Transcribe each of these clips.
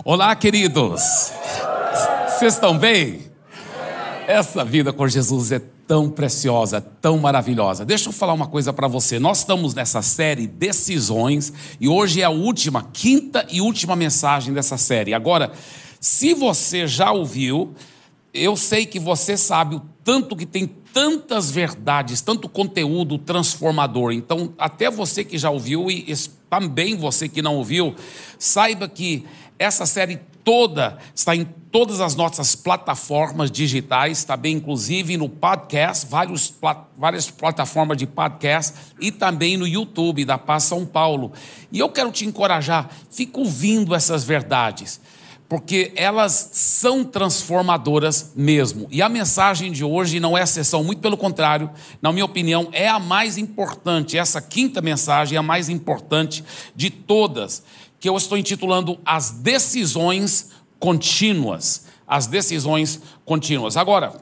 Olá, queridos. Vocês estão bem? Essa vida com Jesus é tão preciosa, tão maravilhosa. Deixa eu falar uma coisa para você. Nós estamos nessa série Decisões e hoje é a quinta e última mensagem dessa série. Agora, se você já ouviu, eu sei que você sabe o tanto que tem tantas verdades, tanto conteúdo transformador. Então, até você que já ouviu e também você que não ouviu, saiba que essa série toda está em todas as nossas plataformas digitais, também inclusive no podcast, várias plataformas de podcast e também no YouTube da Paz São Paulo. E eu quero te encorajar, fica ouvindo essas verdades, porque elas são transformadoras mesmo. E a mensagem de hoje não é exceção, muito pelo contrário, na minha opinião, é a mais importante. Essa quinta mensagem é a mais importante de todas, que eu estou intitulando As Decisões Contínuas. As Decisões Contínuas. Agora,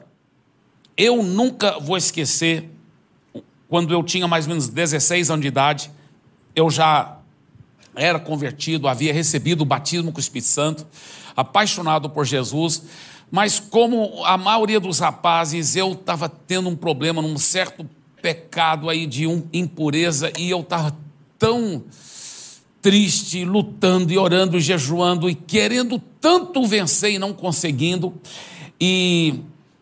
eu nunca vou esquecer, quando eu tinha mais ou menos 16 anos de idade, eu já era convertido, havia recebido o batismo com o Espírito Santo, apaixonado por Jesus, mas como a maioria dos rapazes, eu estava tendo um problema, num certo pecado aí de impureza, e eu estava tão triste, lutando e orando e jejuando e querendo tanto vencer e não conseguindo. E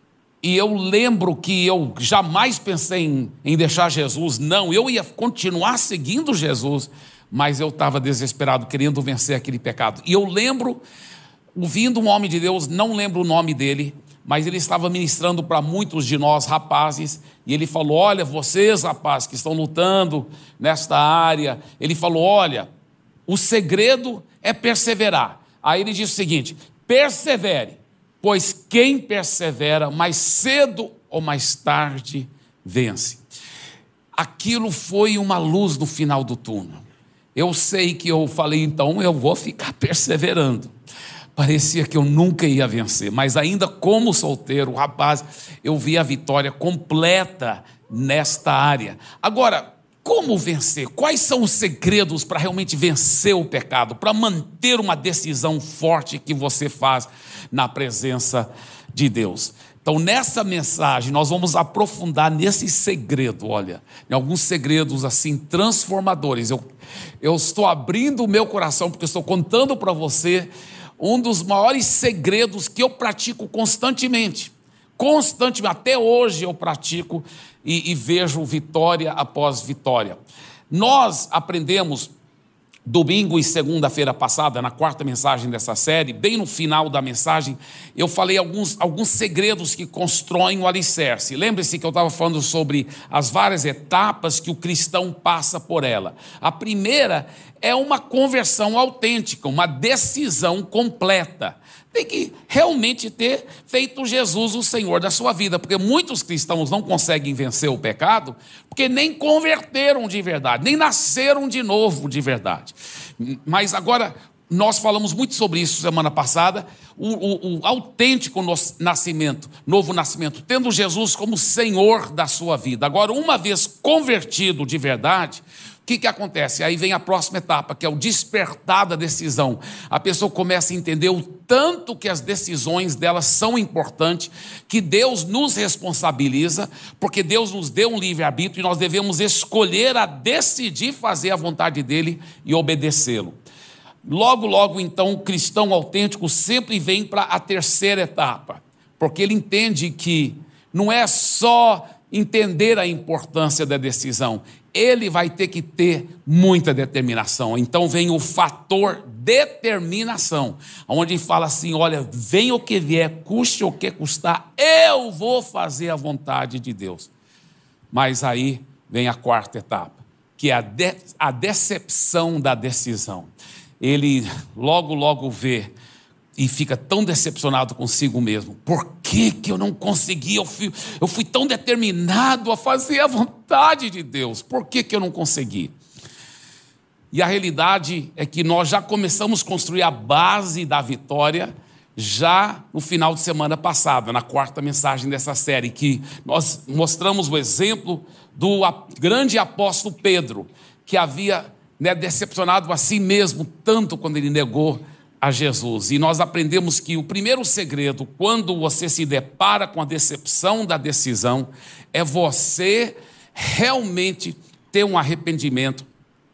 eu lembro que eu jamais pensei em deixar Jesus. Não, eu ia continuar seguindo Jesus, mas eu estava desesperado, querendo vencer aquele pecado. E eu lembro, ouvindo um homem de Deus, não lembro o nome dele, mas ele estava ministrando para muitos de nós rapazes, e ele falou: olha, vocês rapazes que estão lutando nesta área, ele falou: olha, o segredo é perseverar. Aí ele disse o seguinte: persevere, pois quem persevera mais cedo ou mais tarde vence. Aquilo foi uma luz no final do túnel. Eu sei que eu falei, então eu vou ficar perseverando. Parecia que eu nunca ia vencer, mas ainda como solteiro, rapaz, eu vi a vitória completa nesta área. Agora, como vencer? Quais são os segredos para realmente vencer o pecado, para manter uma decisão forte que você faz na presença de Deus? Então, nessa mensagem, nós vamos aprofundar nesse segredo, olha, em alguns segredos assim transformadores. Eu estou abrindo o meu coração, porque eu estou contando para você um dos maiores segredos que eu pratico constantemente. Até hoje eu pratico e vejo vitória após vitória. Nós aprendemos domingo e segunda-feira passada, na quarta mensagem dessa série, bem no final da mensagem, eu falei alguns segredos que constroem o alicerce. Lembre-se que eu estava falando sobre as várias etapas que o cristão passa por ela. A primeira é uma conversão autêntica, uma decisão completa. Tem que realmente ter feito Jesus o Senhor da sua vida, porque muitos cristãos não conseguem vencer o pecado, porque nem converteram de verdade, nem nasceram de novo de verdade. Mas agora, nós falamos muito sobre isso semana passada, o autêntico novo nascimento, tendo Jesus como Senhor da sua vida. Agora, uma vez convertido de verdade, o que acontece? Aí vem a próxima etapa, que é o despertar da decisão. A pessoa começa a entender o tanto que as decisões delas são importantes, que Deus nos responsabiliza, porque Deus nos deu um livre-arbítrio e nós devemos escolher a decidir fazer a vontade dele e obedecê-lo. Logo, então, o cristão autêntico sempre vem para a terceira etapa, porque ele entende que não é só entender a importância da decisão, ele vai ter que ter muita determinação. Então vem o fator determinação, onde ele fala assim: olha, venha o que vier, custe o que custar, eu vou fazer a vontade de Deus. Mas aí vem a quarta etapa, que é a decepção da decisão. Ele logo vê e fica tão decepcionado consigo mesmo. Por que eu não consegui? Eu fui tão determinado a fazer a vontade de Deus. Por que eu não consegui? E a realidade é que nós já começamos a construir a base da vitória já no final de semana passada, na quarta mensagem dessa série, que nós mostramos o exemplo do grande apóstolo Pedro, que havia decepcionado a si mesmo tanto quando ele negou a Jesus. E nós aprendemos que o primeiro segredo, quando você se depara com a decepção da decisão, é você realmente ter um arrependimento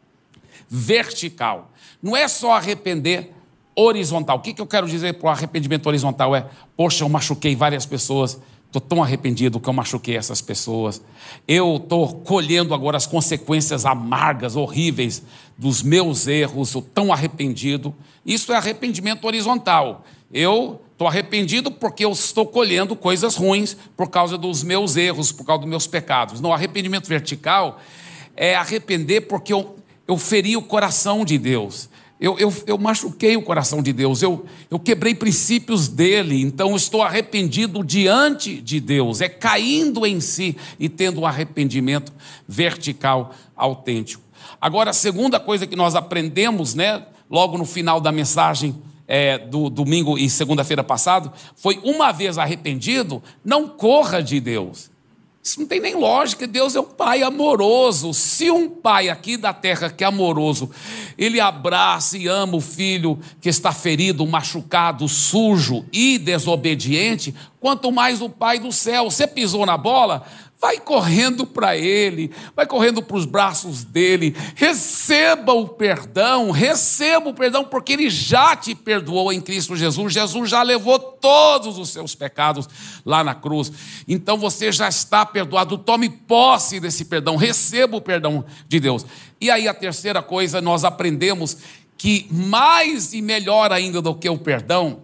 vertical. Não é só arrepender horizontal. O que eu quero dizer para o arrependimento horizontal? Poxa, eu machuquei várias pessoas, estou tão arrependido que eu machuquei essas pessoas. Eu estou colhendo agora as consequências amargas, horríveis dos meus erros, estou tão arrependido. Isso é arrependimento horizontal. Eu estou arrependido porque eu estou colhendo coisas ruins por causa dos meus erros, por causa dos meus pecados. No arrependimento vertical é arrepender porque eu feri o coração de Deus. Eu machuquei o coração de Deus, eu quebrei princípios dele, então estou arrependido diante de Deus, é caindo em si e tendo um arrependimento vertical autêntico. Agora, a segunda coisa que nós aprendemos, logo no final da mensagem do domingo e segunda-feira passado, foi: uma vez arrependido, não corra de Deus. Isso não tem nem lógica. Deus é um pai amoroso. Se um pai aqui da terra que é amoroso, ele abraça e ama o filho que está ferido, machucado, sujo e desobediente, quanto mais o pai do céu. Você pisou na bola? Vai correndo para ele, vai correndo para os braços dele, receba o perdão, porque ele já te perdoou em Cristo Jesus. Jesus já levou todos os seus pecados lá na cruz, então você já está perdoado. Tome posse desse perdão, receba o perdão de Deus. E aí a terceira coisa, nós aprendemos que mais e melhor ainda do que o perdão,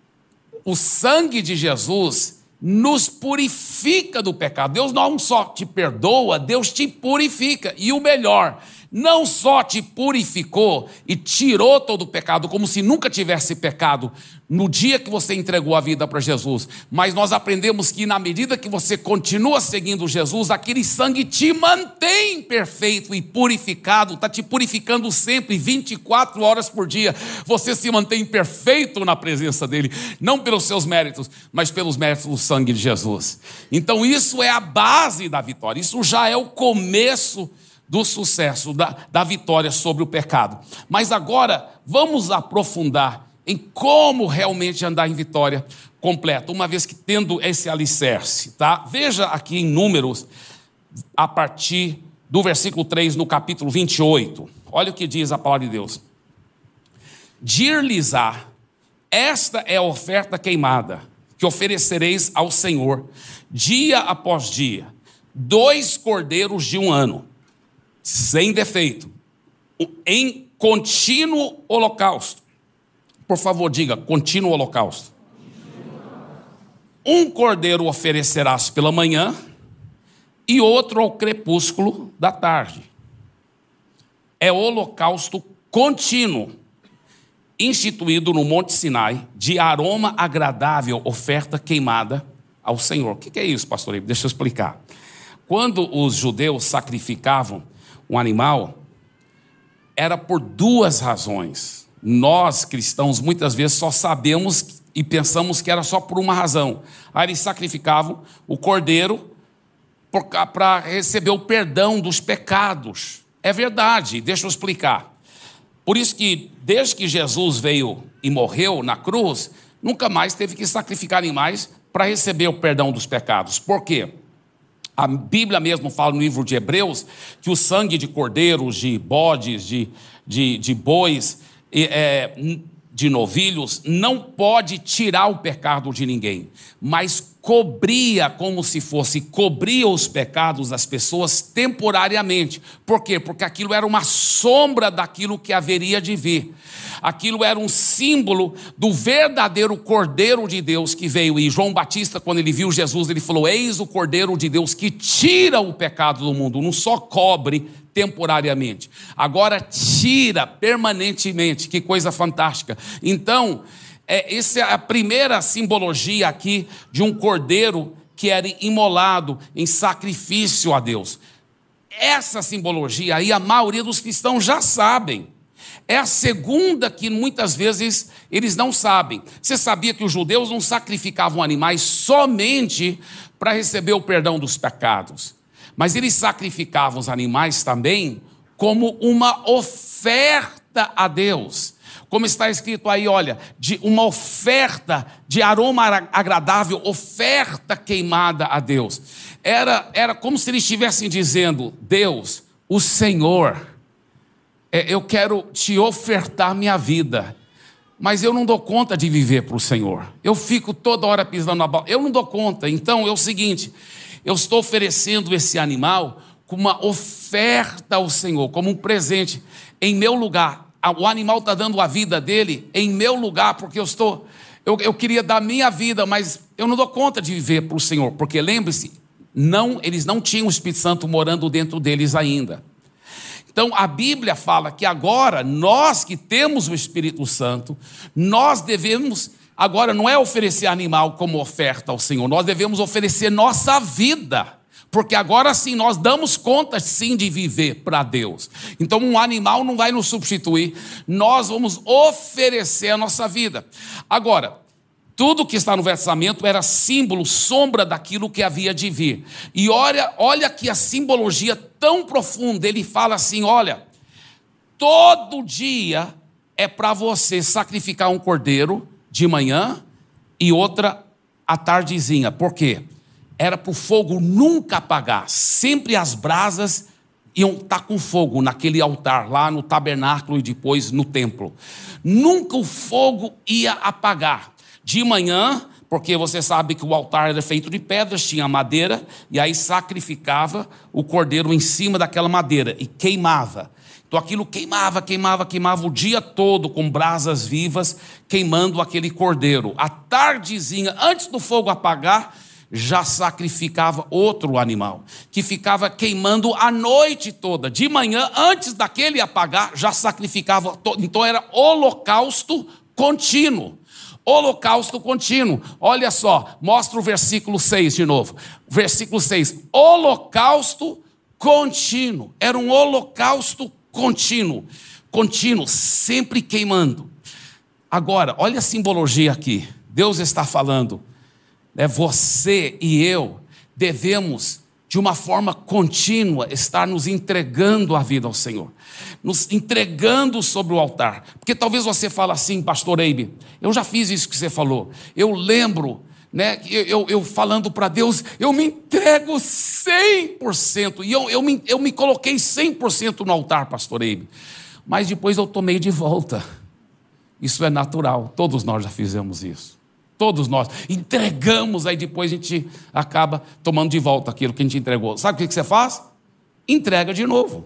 o sangue de Jesus nos purifica do pecado. Deus não só te perdoa, Deus te purifica. E o melhor, não só te purificou e tirou todo o pecado, como se nunca tivesse pecado no dia que você entregou a vida para Jesus, mas nós aprendemos que na medida que você continua seguindo Jesus, aquele sangue te mantém perfeito e purificado, está te purificando sempre, 24 horas por dia. Você se mantém perfeito na presença dele, não pelos seus méritos, mas pelos méritos do sangue de Jesus. Então isso é a base da vitória, isso já é o começo do sucesso, da vitória sobre o pecado. Mas agora vamos aprofundar em como realmente andar em vitória completa, uma vez que tendo esse alicerce, tá? Veja aqui em Números, a partir do versículo 3, no capítulo 28. Olha o que diz a palavra de Deus. Dir-lhes-á: esta é a oferta queimada que oferecereis ao Senhor, dia após dia, 2 cordeiros de 1 ano, sem defeito, em contínuo holocausto. Por favor, diga: contínuo holocausto. 1 cordeiro oferecerás pela manhã e outro ao crepúsculo da tarde. É holocausto contínuo, instituído no Monte Sinai, de aroma agradável, oferta queimada ao Senhor. O que é isso, pastor? Deixa eu explicar. Quando os judeus sacrificavam um animal, era por 2 razões. Nós, cristãos, muitas vezes só sabemos e pensamos que era só por uma razão. Aí eles sacrificavam o cordeiro para receber o perdão dos pecados. É verdade, deixa eu explicar. Por isso que, desde que Jesus veio e morreu na cruz, nunca mais teve que sacrificar animais para receber o perdão dos pecados. Por quê? A Bíblia mesmo fala no livro de Hebreus que o sangue de cordeiros, de bodes, de bois, de novilhos, não pode tirar o pecado de ninguém, mas cobria, como se fosse, cobria os pecados das pessoas temporariamente. Por quê? Porque aquilo era uma sombra daquilo que haveria de vir. Aquilo era um símbolo do verdadeiro Cordeiro de Deus que veio. E João Batista, quando ele viu Jesus, ele falou: eis o Cordeiro de Deus que tira o pecado do mundo. Não só cobre temporariamente, agora tira permanentemente. Que coisa fantástica. Então, essa é a primeira simbologia aqui de um cordeiro que era imolado em sacrifício a Deus. Essa simbologia aí a maioria dos cristãos já sabem. É a segunda que muitas vezes eles não sabem. Você sabia que os judeus não sacrificavam animais somente para receber o perdão dos pecados, mas eles sacrificavam os animais também como uma oferta a Deus, como está escrito aí, olha, de uma oferta de aroma agradável, oferta queimada a Deus. Era como se eles estivessem dizendo: Deus, o Senhor, eu quero te ofertar minha vida, mas eu não dou conta de viver para o Senhor. Eu fico toda hora pisando na bola, eu não dou conta. Então é o seguinte, eu estou oferecendo esse animal como uma oferta ao Senhor, como um presente em meu lugar. O animal está dando a vida dele em meu lugar, porque eu queria dar minha vida, mas eu não dou conta de viver para o Senhor, porque lembre-se, eles não tinham o Espírito Santo morando dentro deles ainda. Então a Bíblia fala que agora, nós que temos o Espírito Santo, nós devemos, agora não é oferecer animal como oferta ao Senhor, nós devemos oferecer nossa vida, porque agora sim nós damos conta sim de viver para Deus. Então um animal não vai nos substituir, nós vamos oferecer a nossa vida. Agora, tudo que está no versamento era símbolo, sombra daquilo que havia de vir. E olha que a simbologia tão profunda, ele fala assim, olha, todo dia é para você sacrificar um cordeiro de manhã e outra à tardezinha. Por quê? Era para o fogo nunca apagar, sempre as brasas iam estar com fogo naquele altar, lá no tabernáculo e depois no templo. Nunca o fogo ia apagar. De manhã, porque você sabe que o altar era feito de pedras, tinha madeira, e aí sacrificava o cordeiro em cima daquela madeira e queimava. Então aquilo queimava o dia todo com brasas vivas, queimando aquele cordeiro. À tardezinha, antes do fogo apagar, já sacrificava outro animal, que ficava queimando a noite toda. De manhã, antes daquele apagar, já sacrificava todo. Então era holocausto contínuo. Holocausto contínuo. Olha só, mostra o versículo 6 de novo. Versículo 6. Holocausto contínuo. Era um holocausto contínuo. Contínuo, sempre queimando. Agora, olha a simbologia aqui. Deus está falando, você e eu devemos, de uma forma contínua, estar nos entregando a vida ao Senhor, nos entregando sobre o altar. Porque talvez você fale assim, pastor Eibe, eu já fiz isso que você falou, eu lembro, eu falando para Deus, eu me entrego 100%, e eu me coloquei 100% no altar, pastor Eibe, mas depois eu tomei de volta. Isso é natural, todos nós já fizemos isso. Todos nós entregamos, aí depois a gente acaba tomando de volta aquilo que a gente entregou. Sabe o que você faz? Entrega de novo,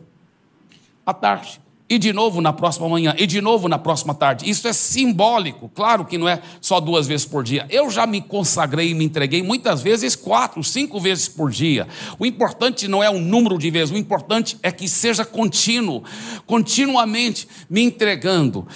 à tarde, e de novo na próxima manhã, e de novo na próxima tarde. Isso é simbólico, claro que não é só 2 vezes por dia. Eu já me consagrei e me entreguei muitas vezes 4, 5 vezes por dia. O importante não é o número de vezes, o importante é que seja contínuo, continuamente me entregando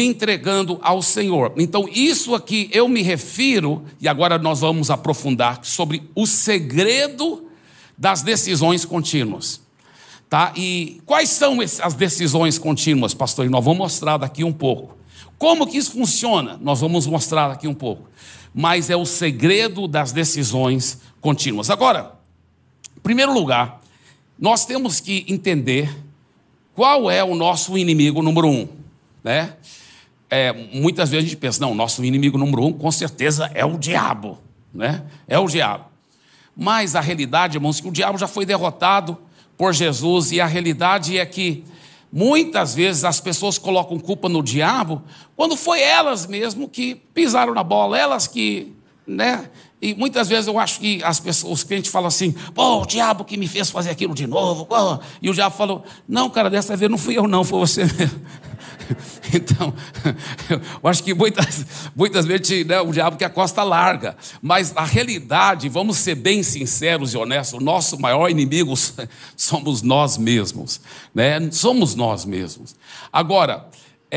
ao Senhor. Então isso aqui eu me refiro, e agora nós vamos aprofundar sobre o segredo das decisões contínuas. Tá? E quais são as decisões contínuas, pastor? E nós vamos mostrar daqui um pouco. Como que isso funciona? Nós vamos mostrar daqui um pouco. Mas é o segredo das decisões contínuas. Agora, em primeiro lugar, nós temos que entender qual é o nosso inimigo número 1. Né? Muitas vezes a gente pensa, não, nosso inimigo número 1 com certeza é o diabo. Né? É o diabo. Mas a realidade, irmãos, é que o diabo já foi derrotado por Jesus, e a realidade é que muitas vezes as pessoas colocam culpa no diabo, quando foi elas mesmo que pisaram na bola, elas que, e muitas vezes eu acho que os crentes falam assim, o diabo que me fez fazer aquilo de novo, e o diabo falou, não cara, dessa vez não fui eu não, foi você mesmo. Então, eu acho que muitas vezes o diabo quer a costa larga, mas a realidade, vamos ser bem sinceros e honestos, o nosso maior inimigo somos nós mesmos, somos nós mesmos. Agora,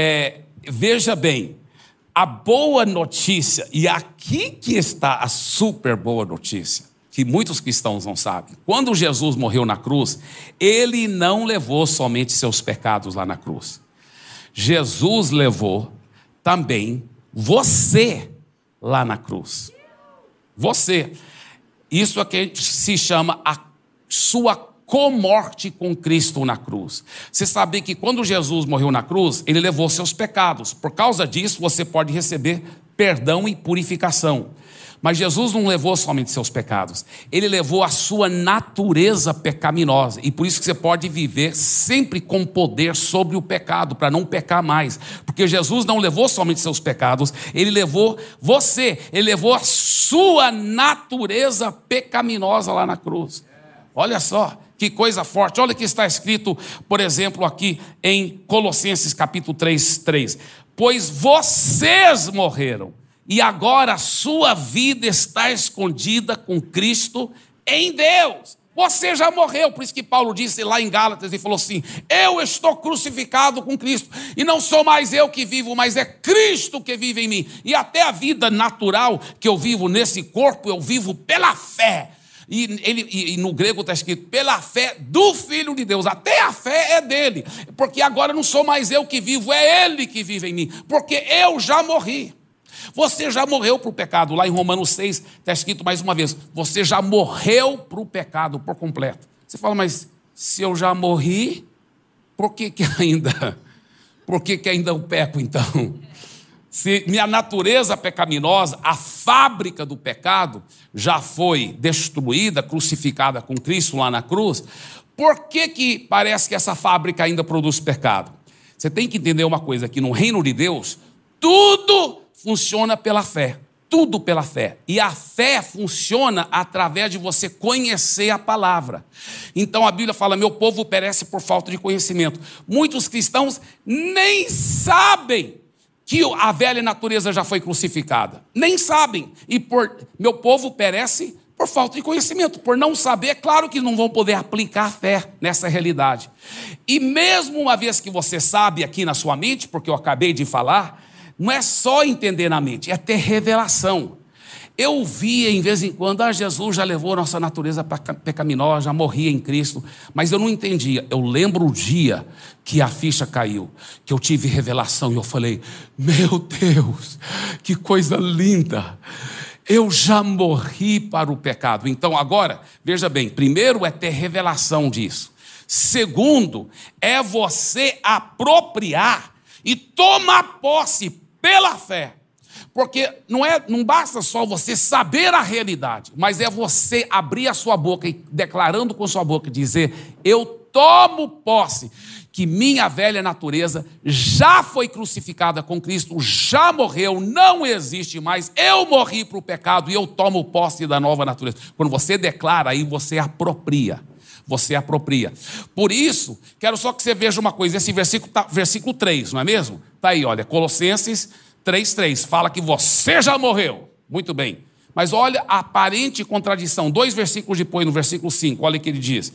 veja bem, a boa notícia, e aqui que está a super boa notícia, que muitos cristãos não sabem, quando Jesus morreu na cruz, ele não levou somente seus pecados lá na cruz, Jesus levou também você lá na cruz. Você. Isso é que se chama a sua comorte com Cristo na cruz. Você sabe que quando Jesus morreu na cruz, ele levou seus pecados. Por causa disso, você pode receber perdão e purificação. Mas Jesus não levou somente seus pecados, ele levou a sua natureza pecaminosa, e por isso que você pode viver sempre com poder sobre o pecado, para não pecar mais, porque Jesus não levou somente seus pecados, ele levou você, ele levou a sua natureza pecaminosa lá na cruz. Olha só, que coisa forte. Olha o que está escrito, por exemplo, aqui em Colossenses capítulo 3:3. Pois vocês morreram, e agora a sua vida está escondida com Cristo em Deus. Você já morreu, por isso que Paulo disse lá em Gálatas, ele falou assim: eu estou crucificado com Cristo, e não sou mais eu que vivo, mas é Cristo que vive em mim. E até a vida natural que eu vivo nesse corpo, eu vivo pela fé. E no grego está escrito, pela fé do Filho de Deus. Até a fé é dele, porque agora não sou mais eu que vivo, é ele que vive em mim, porque eu já morri. Você já morreu para o pecado. Lá em Romanos 6 está escrito mais uma vez, você já morreu para o pecado por completo. Você fala, mas se eu já morri, por que ainda eu peco então? Se minha natureza pecaminosa, a fábrica do pecado, já foi destruída, crucificada com Cristo lá na cruz, por que parece que essa fábrica ainda produz pecado? Você tem que entender uma coisa, que no reino de Deus, tudo funciona pela fé, tudo pela fé. E a fé funciona através de você conhecer a palavra. Então a Bíblia fala, meu povo perece por falta de conhecimento. Muitos cristãos nem sabem que a velha natureza já foi crucificada. Nem sabem. E meu povo perece por falta de conhecimento. Por não saber, é claro que não vão poder aplicar a fé nessa realidade. E mesmo uma vez que você sabe aqui na sua mente, porque eu acabei de falar, não é só entender na mente, é ter revelação. Eu via em vez em quando, Jesus já levou a nossa natureza pecaminosa, já morria em Cristo, mas eu não entendia. Eu lembro o dia que a ficha caiu, que eu tive revelação e eu falei, meu Deus, que coisa linda, eu já morri para o pecado. Então agora, veja bem, primeiro é ter revelação disso. Segundo, é você apropriar e tomar posse pela fé. Porque não basta só você saber a realidade, mas é você abrir a sua boca e declarando com sua boca, dizer, eu tomo posse que minha velha natureza já foi crucificada com Cristo, já morreu, não existe mais, eu morri para o pecado e eu tomo posse da nova natureza. Quando você declara, aí você apropria. Você apropria. Por isso, quero só que você veja uma coisa, esse versículo, versículo 3, não é mesmo? Está aí, olha, Colossenses 3:3, fala que você já morreu. Muito bem. Mas olha a aparente contradição, 2 versículos depois, no versículo 5, olha o que ele diz.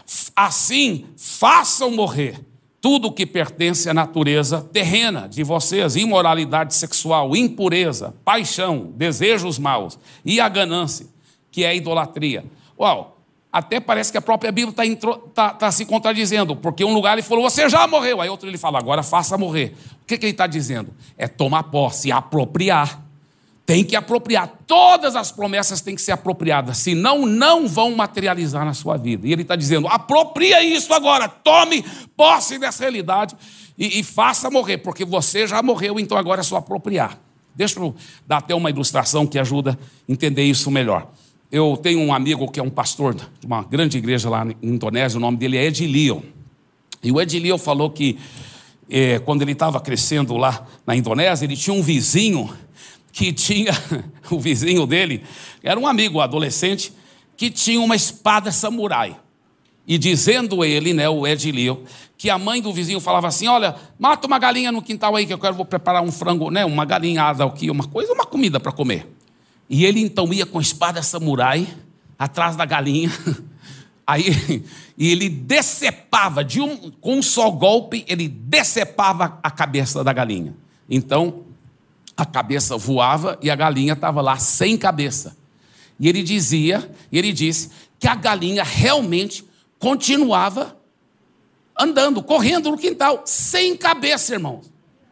Assim, façam morrer tudo que pertence à natureza terrena de vocês, imoralidade sexual, impureza, paixão, desejos maus e a ganância, que é a idolatria. Uau! Até parece que a própria Bíblia está se contradizendo, porque um lugar ele falou, você já morreu, aí outro ele fala, agora faça morrer. O que ele está dizendo? É tomar posse, apropriar. Tem que apropriar, todas as promessas têm que ser apropriadas, senão não vão materializar na sua vida. E ele está dizendo, apropria isso agora, tome posse dessa realidade e faça morrer, porque você já morreu, então agora é só apropriar. Deixa eu dar até uma ilustração que ajuda a entender isso melhor. Eu tenho um amigo que é um pastor de uma grande igreja lá em Indonésia, o nome dele é Edilio. E o Edilio falou que quando ele estava crescendo lá na Indonésia, ele tinha um vizinho que tinha, o vizinho dele, era um amigo adolescente, que tinha uma espada samurai. E dizendo ele, né, o Edilio, que a mãe do vizinho falava assim, olha, mata uma galinha no quintal aí que vou preparar um frango, né, uma galinhada aqui, uma comida para comer. E ele então ia com a espada samurai atrás da galinha, aí, e ele decepava, com um só golpe, ele decepava a cabeça da galinha. Então, a cabeça voava e a galinha estava lá sem cabeça. E ele disse que a galinha realmente continuava andando, correndo no quintal, sem cabeça, irmãos.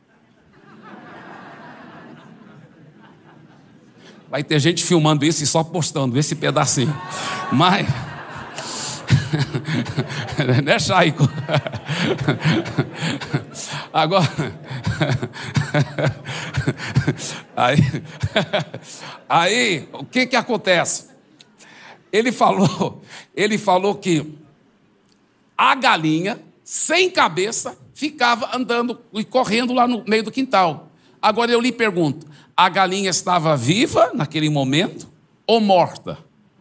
Vai ter gente filmando isso e só postando esse pedacinho. Né, Chaico? Agora, aí, o que acontece? Ele falou que a galinha, sem cabeça, ficava andando e correndo lá no meio do quintal. Agora eu lhe pergunto, a galinha estava viva naquele momento ou morta?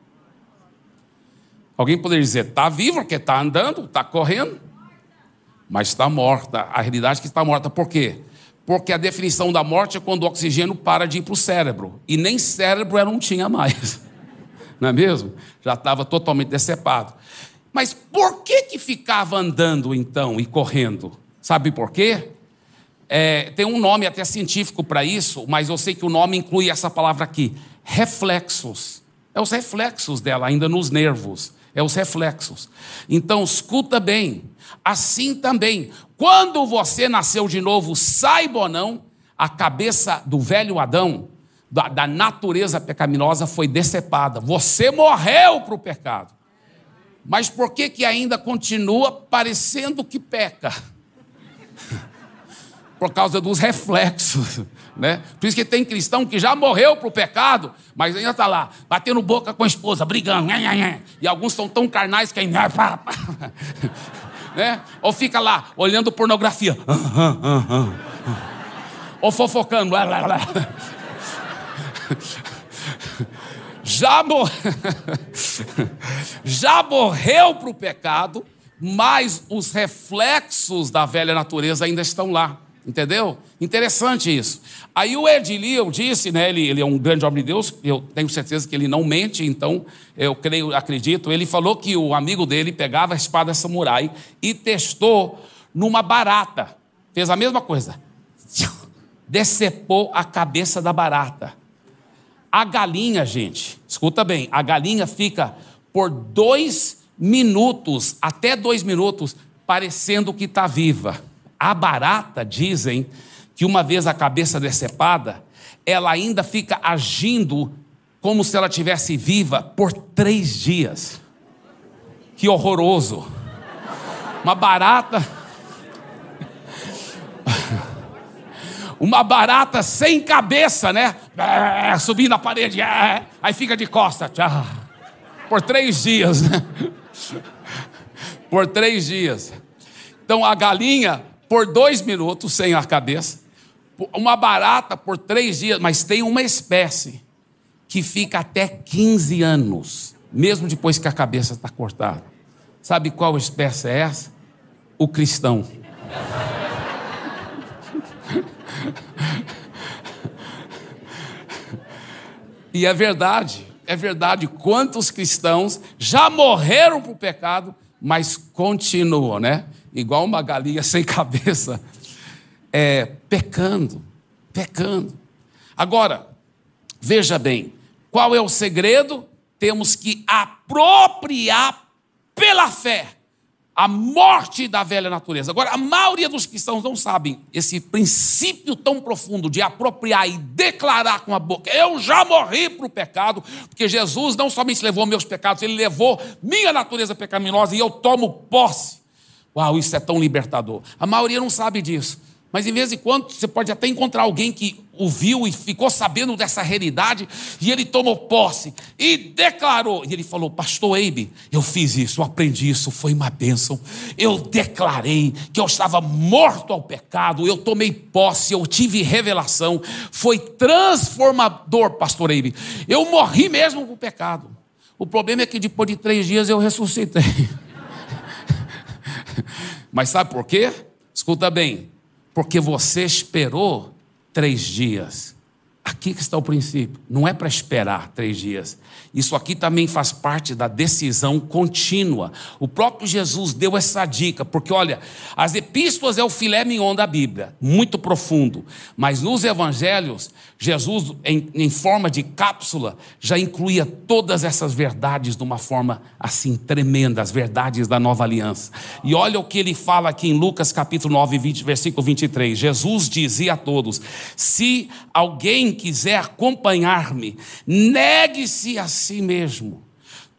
Alguém poderia dizer, está viva porque está andando, está correndo, mas está morta. A realidade é que está morta. Por quê? Porque a definição da morte é quando o oxigênio para de ir para o cérebro. E nem cérebro ela não tinha mais. Não é mesmo? Já estava totalmente decepado. Mas por que ficava andando então e correndo? Sabe por quê? Tem um nome até científico para isso, mas eu sei que o nome inclui essa palavra aqui, reflexos. É os reflexos dela, ainda nos nervos. É os reflexos. Então, escuta bem. Assim também, quando você nasceu de novo, saiba ou não, a cabeça do velho Adão, da natureza pecaminosa, foi decepada. Você morreu para o pecado. Mas por que ainda continua parecendo que peca? Por causa dos reflexos, né? Por isso que tem cristão que já morreu para o pecado, mas ainda está lá, batendo boca com a esposa, brigando, e alguns são tão carnais que ainda... né? Ou fica lá, olhando pornografia, ou fofocando, já morreu para o pecado, mas os reflexos da velha natureza ainda estão lá. Entendeu? Interessante isso. Aí o Edilio disse, né, ele é um grande homem de Deus, eu tenho certeza que ele não mente, então eu acredito. Ele falou que o amigo dele pegava a espada samurai e testou numa barata. Fez a mesma coisa. Decepou a cabeça da barata. A galinha, gente, escuta bem, a galinha fica por 2 minutos, até 2 minutos, parecendo que está viva. A barata, dizem, que uma vez a cabeça decepada, ela ainda fica agindo como se ela estivesse viva por 3 dias. Que horroroso. Uma barata sem cabeça, né? Subindo a parede, aí fica de costas. Por 3 dias, né? Por 3 dias. Então a galinha, por 2 minutos, sem a cabeça. Uma barata por 3 dias. Mas tem uma espécie que fica até 15 anos, mesmo depois que a cabeça está cortada. Sabe qual espécie é essa? O cristão. E é verdade. Quantos cristãos já morreram para o pecado, mas continuam, né? Igual uma galinha sem cabeça, pecando. Agora, veja bem, qual é o segredo? Temos que apropriar pela fé a morte da velha natureza. Agora, a maioria dos cristãos não sabem esse princípio tão profundo de apropriar e declarar com a boca: eu já morri para o pecado, porque Jesus não somente levou meus pecados, ele levou minha natureza pecaminosa e eu tomo posse. Uau, isso é tão libertador. A maioria não sabe disso. Mas, de vez em quando, você pode até encontrar alguém que ouviu e ficou sabendo dessa realidade, e ele tomou posse e declarou. E ele falou: pastor Eibe, eu fiz isso, eu aprendi isso, foi uma bênção. Eu declarei que eu estava morto ao pecado, eu tomei posse, eu tive revelação. Foi transformador, pastor Eibe. Eu morri mesmo com o pecado. O problema é que depois de 3 dias eu ressuscitei. Mas sabe por quê? Escuta bem. Porque você esperou 3 dias. Aqui que está o princípio. Não é para esperar 3 dias. Isso aqui também faz parte da decisão contínua. O próprio Jesus deu essa dica, porque olha, as epístolas é o filé mignon da Bíblia, muito profundo. Mas nos evangelhos, Jesus, em forma de cápsula, já incluía todas essas verdades de uma forma assim tremenda, as verdades da nova aliança. E olha o que ele fala aqui em Lucas capítulo 9, versículo 23. Jesus dizia a todos: se alguém quiser acompanhar-me, negue-se a si mesmo,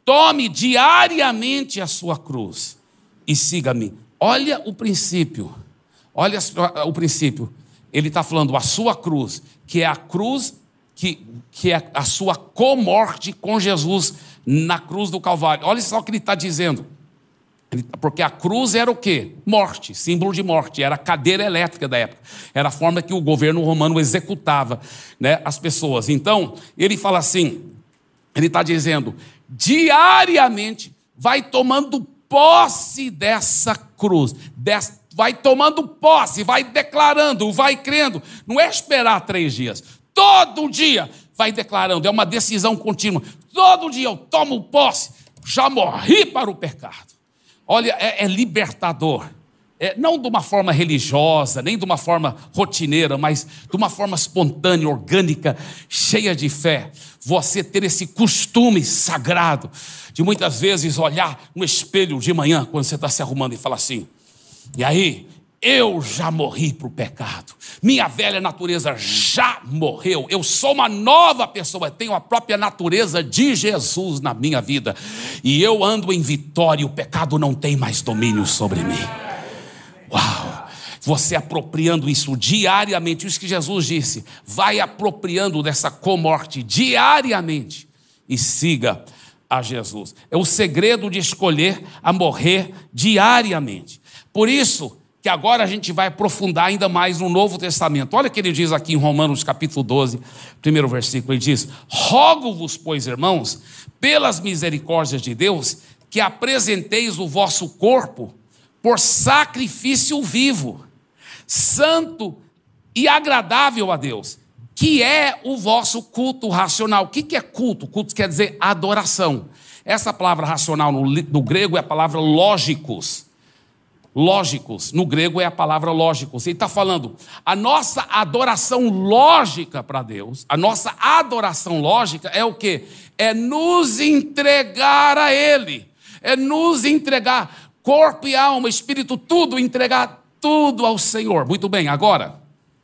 Tome diariamente a sua cruz e siga-me. Olha o princípio. Olha o princípio. Ele está falando a sua cruz, que é a cruz, que é a sua comorte com Jesus na cruz do Calvário. Olha só o que ele está dizendo. Porque a cruz era o quê? Morte, símbolo de morte. Era a cadeira elétrica da época. Era a forma que o governo romano executava, né, as pessoas. Então, ele fala assim, ele está dizendo, diariamente vai tomando posse dessa cruz, vai tomando posse, vai declarando, vai crendo. Não é esperar 3 dias. Todo dia vai declarando. É uma decisão contínua. Todo dia eu tomo posse. Já morri para o pecado. Olha, é libertador. Não de uma forma religiosa, nem de uma forma rotineira, mas de uma forma espontânea, orgânica, cheia de fé. Você ter esse costume sagrado de muitas vezes olhar no espelho de manhã, quando você está se arrumando e falar assim, e aí, eu já morri para o pecado, minha velha natureza já morreu, eu sou uma nova pessoa, tenho a própria natureza de Jesus na minha vida, e eu ando em vitória, e o pecado não tem mais domínio sobre mim. Uau! Você apropriando isso diariamente, isso que Jesus disse, vai apropriando dessa comorte diariamente, e siga a Jesus. É o segredo de escolher a morrer diariamente. Por isso que agora a gente vai aprofundar ainda mais no Novo Testamento. Olha o que ele diz aqui em Romanos capítulo 12, primeiro versículo. Ele diz, rogo-vos, pois, irmãos, pelas misericórdias de Deus, que apresenteis o vosso corpo por sacrifício vivo, santo e agradável a Deus, que é o vosso culto racional. O que é culto? Culto quer dizer adoração. Essa palavra racional no grego é a palavra lógicos. Lógicos, no grego é a palavra lógicos. Ele está falando, a nossa adoração lógica para Deus, a nossa adoração lógica é o quê? É nos entregar a Ele, é nos entregar corpo e alma, espírito, tudo, entregar tudo ao Senhor. Muito bem, agora,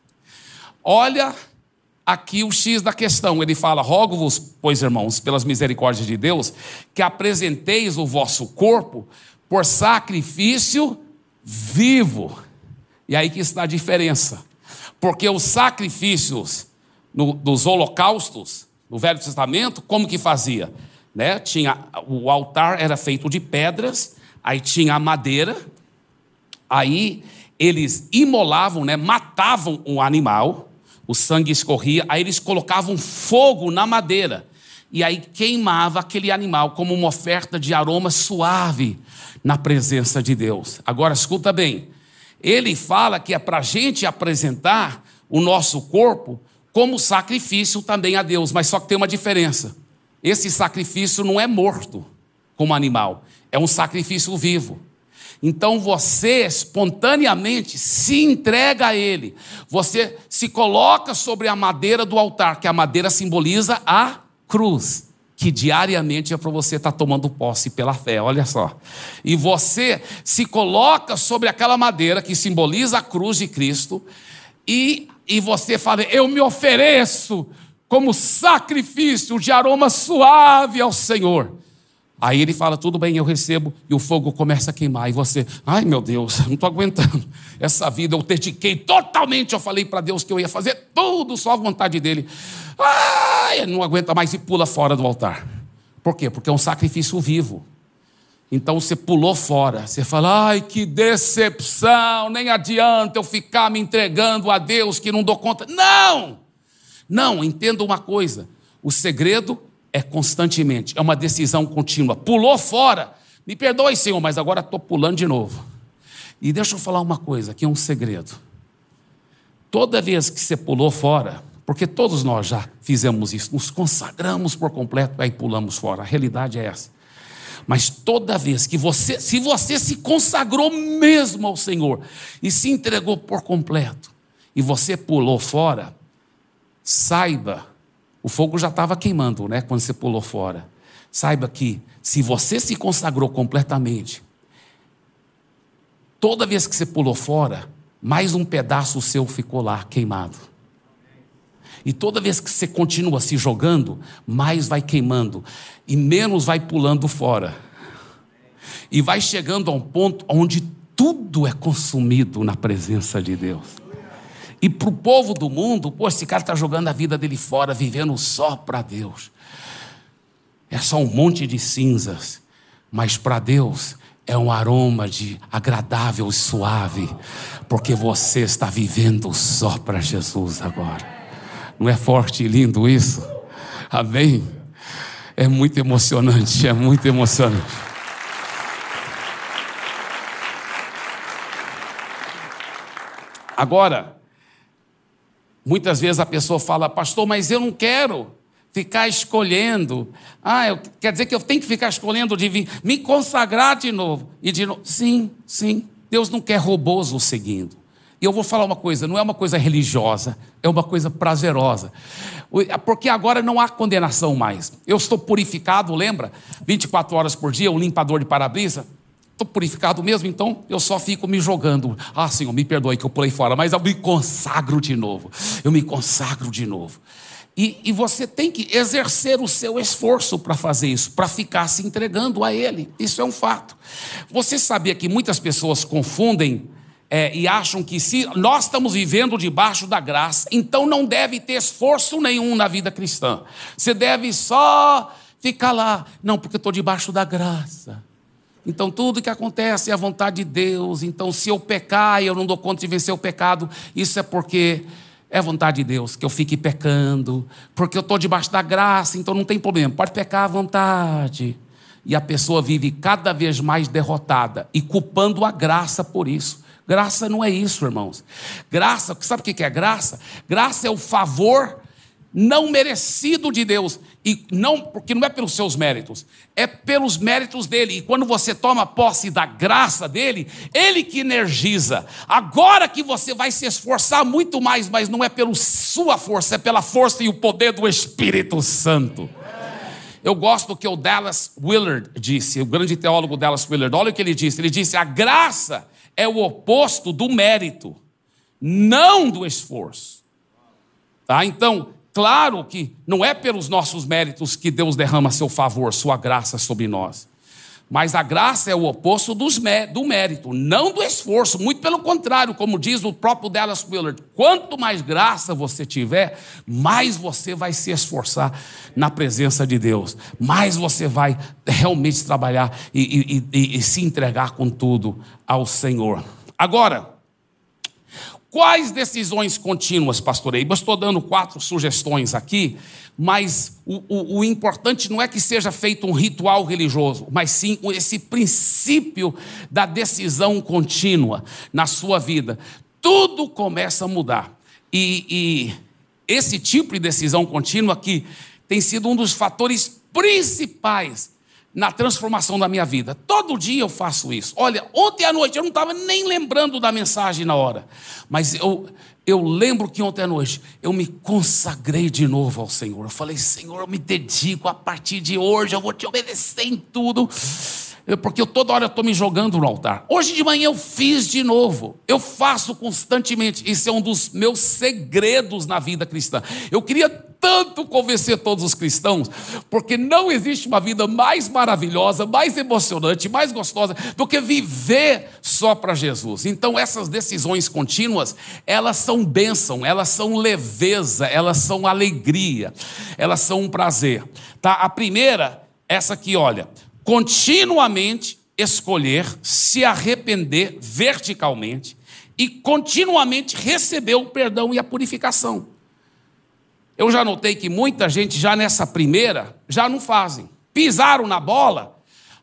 olha aqui o X da questão. Ele fala, rogo-vos, pois, irmãos, pelas misericórdias de Deus, que apresenteis o vosso corpo por sacrifício vivo. E aí que está a diferença. Porque os sacrifícios dos holocaustos, no Velho Testamento, como que fazia? Né? O altar era feito de pedras, aí tinha a madeira, aí eles imolavam, né? Matavam um animal, o sangue escorria, aí eles colocavam fogo na madeira, e aí queimava aquele animal como uma oferta de aroma suave na presença de Deus. Agora escuta bem, ele fala que é para a gente apresentar o nosso corpo como sacrifício também a Deus, mas só que tem uma diferença, esse sacrifício não é morto como animal, é um sacrifício vivo. Então você espontaneamente se entrega a Ele, você se coloca sobre a madeira do altar, que a madeira simboliza a cruz, que diariamente é para você estar tomando posse pela fé, olha só. E você se coloca sobre aquela madeira que simboliza a cruz de Cristo, e você fala, eu me ofereço como sacrifício de aroma suave ao Senhor. Aí ele fala, tudo bem, eu recebo, e o fogo começa a queimar, e você, ai meu Deus, não estou aguentando essa vida, eu dediquei totalmente, eu falei para Deus que eu ia fazer tudo só a vontade dele, ai, não aguenta mais e pula fora do altar. Por quê? Porque é um sacrifício vivo. Então você pulou fora, você fala, ai que decepção, nem adianta eu ficar me entregando a Deus que não dou conta. Não, entenda uma coisa, o segredo é constantemente, é uma decisão contínua. Pulou fora, me perdoe, Senhor, mas agora estou pulando de novo. E deixa eu falar uma coisa, aqui é um segredo. Toda vez que você pulou fora, porque todos nós já fizemos isso, nos consagramos por completo, aí pulamos fora, a realidade é essa. Mas toda vez que se você se consagrou mesmo ao Senhor, e se entregou por completo, e você pulou fora, saiba, o fogo já estava queimando, né, quando você pulou fora. Saiba que, se você se consagrou completamente, toda vez que você pulou fora, mais um pedaço seu ficou lá, queimado. E toda vez que você continua se jogando, mais vai queimando e menos vai pulando fora. E vai chegando a um ponto onde tudo é consumido na presença de Deus. E para o povo do mundo, pô, esse cara está jogando a vida dele fora, vivendo só para Deus. É só um monte de cinzas, mas para Deus é um aroma de agradável e suave, porque você está vivendo só para Jesus agora. Não é forte e lindo isso? Amém? É muito emocionante, é muito emocionante. Agora, muitas vezes a pessoa fala, pastor, mas eu não quero ficar escolhendo. Quer dizer que eu tenho que ficar escolhendo de me consagrar de novo. E de novo. Sim. Deus não quer robôs o seguindo. E eu vou falar uma coisa, não é uma coisa religiosa, é uma coisa prazerosa. Porque agora não há condenação mais. Eu estou purificado, lembra? 24 horas por dia, um limpador de para-brisa. Estou purificado mesmo, então eu só fico me jogando. Senhor, me perdoe que eu pulei fora, mas eu me consagro de novo. E você tem que exercer o seu esforço para fazer isso, para ficar se entregando a Ele. Isso é um fato. Você sabia que muitas pessoas confundem e acham que se nós estamos vivendo debaixo da graça, então não deve ter esforço nenhum na vida cristã. Você deve só ficar lá. Não, porque eu estou debaixo da graça. Então tudo que acontece é a vontade de Deus. Então se eu pecar e eu não dou conta de vencer o pecado, isso é porque é a vontade de Deus, que eu fique pecando, porque eu estou debaixo da graça, então não tem problema, pode pecar à vontade. E a pessoa vive cada vez mais derrotada e culpando a graça por isso. Graça não é isso, irmãos. Graça, sabe o que é graça? Graça é o favor não merecido de Deus, e não, porque não é pelos seus méritos, é pelos méritos dele. E quando você toma posse da graça dele, ele que energiza. Agora que você vai se esforçar muito mais, mas não é pela sua força, é pela força e o poder do Espírito Santo. Eu gosto do que o Dallas Willard disse, o grande teólogo Dallas Willard. Olha o que ele disse, a graça é o oposto do mérito, não do esforço. Tá? Então, claro que não é pelos nossos méritos que Deus derrama seu favor, sua graça sobre nós. Mas a graça é o oposto do mérito, não do esforço. Muito pelo contrário, como diz o próprio Dallas Willard, quanto mais graça você tiver, mais você vai se esforçar na presença de Deus. Mais você vai realmente trabalhar e se entregar com tudo ao Senhor. Agora, quais decisões contínuas, pastor Eiba? Estou dando 4 sugestões aqui, mas o importante não é que seja feito um ritual religioso, mas sim esse princípio da decisão contínua na sua vida. Tudo começa a mudar. E esse tipo de decisão contínua aqui tem sido um dos fatores principais na transformação da minha vida. Todo dia eu faço isso. Olha, ontem à noite eu não estava nem lembrando da mensagem na hora, mas eu lembro que ontem à noite eu me consagrei de novo ao Senhor. Eu falei, Senhor, eu me dedico a partir de hoje, eu vou te obedecer em tudo, porque toda hora eu estou me jogando no altar. Hoje de manhã eu fiz de novo, eu faço constantemente. Isso é um dos meus segredos na vida cristã. Eu queria tanto convencer todos os cristãos, porque não existe uma vida mais maravilhosa, mais emocionante, mais gostosa do que viver só para Jesus. Então essas decisões contínuas, elas são bênção, elas são leveza, elas são alegria, elas são um prazer. Tá? A primeira, essa aqui, olha, continuamente escolher se arrepender verticalmente e continuamente receber o perdão e a purificação. Eu já notei que muita gente já nessa primeira já não fazem. Pisaram na bola,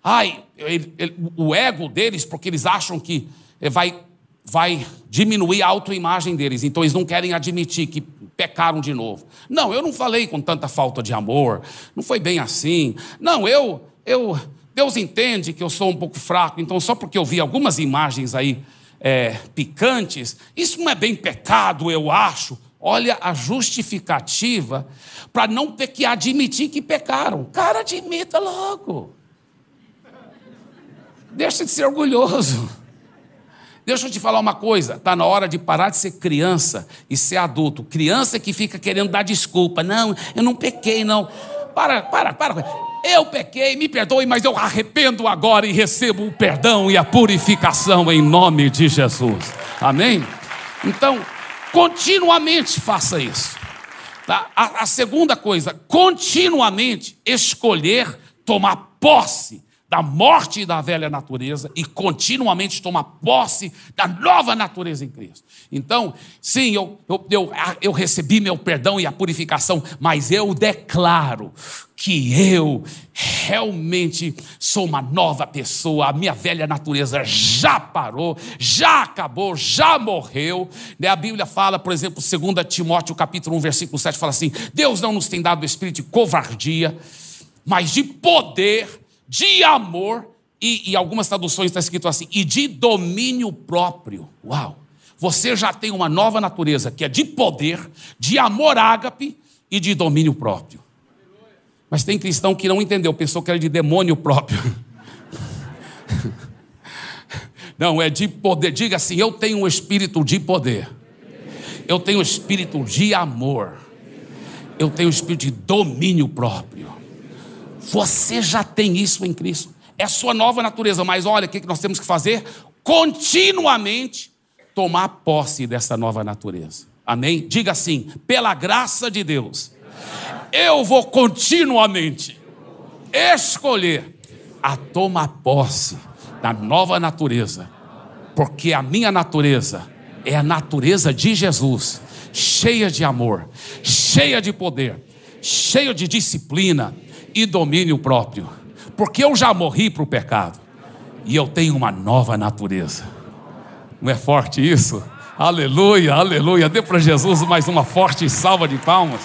o ego deles, porque eles acham que vai diminuir a autoimagem deles, então eles não querem admitir que pecaram de novo. Não, eu não falei com tanta falta de amor, não foi bem assim. Não, Deus entende que eu sou um pouco fraco, então só porque eu vi algumas imagens aí picantes, isso não é bem pecado, eu acho. Olha a justificativa para não ter que admitir que pecaram. Cara, admita logo. Deixa de ser orgulhoso. Deixa eu te falar uma coisa, está na hora de parar de ser criança e ser adulto. Criança que fica querendo dar desculpa. Não, eu não pequei, não. Para. Eu pequei, me perdoe, mas eu arrependo agora e recebo o perdão e a purificação em nome de Jesus. Amém? Então, continuamente faça isso. Tá? A segunda coisa, continuamente escolher tomar posse da morte da velha natureza e continuamente tomar posse da nova natureza em Cristo. Então, sim, eu recebi meu perdão e a purificação, mas eu declaro que eu realmente sou uma nova pessoa, a minha velha natureza já parou, já acabou, já morreu. A Bíblia fala, por exemplo, 2 Timóteo capítulo 1, versículo 7, fala assim: Deus não nos tem dado o espírito de covardia, mas de poder, de amor, e algumas traduções está escrito assim, e de domínio próprio. Uau! Você já tem uma nova natureza, que é de poder, de amor ágape e de domínio próprio. Mas tem cristão que não entendeu, pensou que era de demônio próprio. Não, é de poder. Diga assim: eu tenho um espírito de poder, eu tenho um espírito de amor, eu tenho um espírito de domínio próprio. Você já tem isso em Cristo, é a sua nova natureza. Mas olha, o que nós temos que fazer? Continuamente tomar posse dessa nova natureza. Amém? Diga assim: pela graça de Deus, eu vou continuamente escolher a tomar posse da nova natureza, porque a minha natureza é a natureza de Jesus, cheia de amor, cheia de poder, cheia de disciplina e domínio próprio, porque eu já morri para o pecado e eu tenho uma nova natureza. Não é forte isso? Aleluia, aleluia. Dê para Jesus mais uma forte salva de palmas.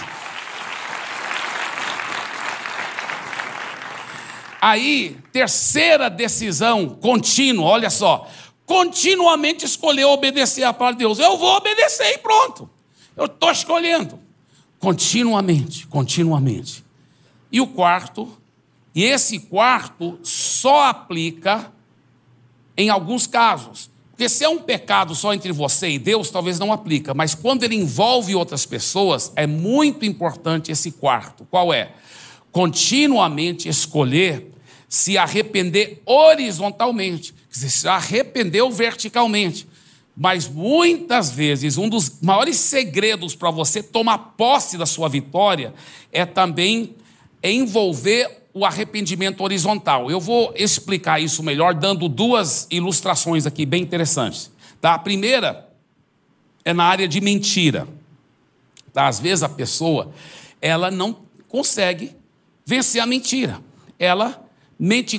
Aí, terceira decisão contínua, olha só, continuamente escolher obedecer a palavra de Deus. Eu vou obedecer e pronto, eu estou escolhendo continuamente. E o quarto, e esse quarto só aplica em alguns casos, porque se é um pecado só entre você e Deus, talvez não aplica, mas quando ele envolve outras pessoas, é muito importante esse quarto. Qual é? Continuamente escolher se arrepender horizontalmente, quer dizer, se arrependeu verticalmente. Mas muitas vezes, um dos maiores segredos para você tomar posse da sua vitória é também envolver o arrependimento horizontal. Eu vou explicar isso melhor dando duas ilustrações aqui bem interessantes. Tá? A primeira é na área de mentira. Tá? Às vezes a pessoa ela não consegue vencer a mentira. Ela mente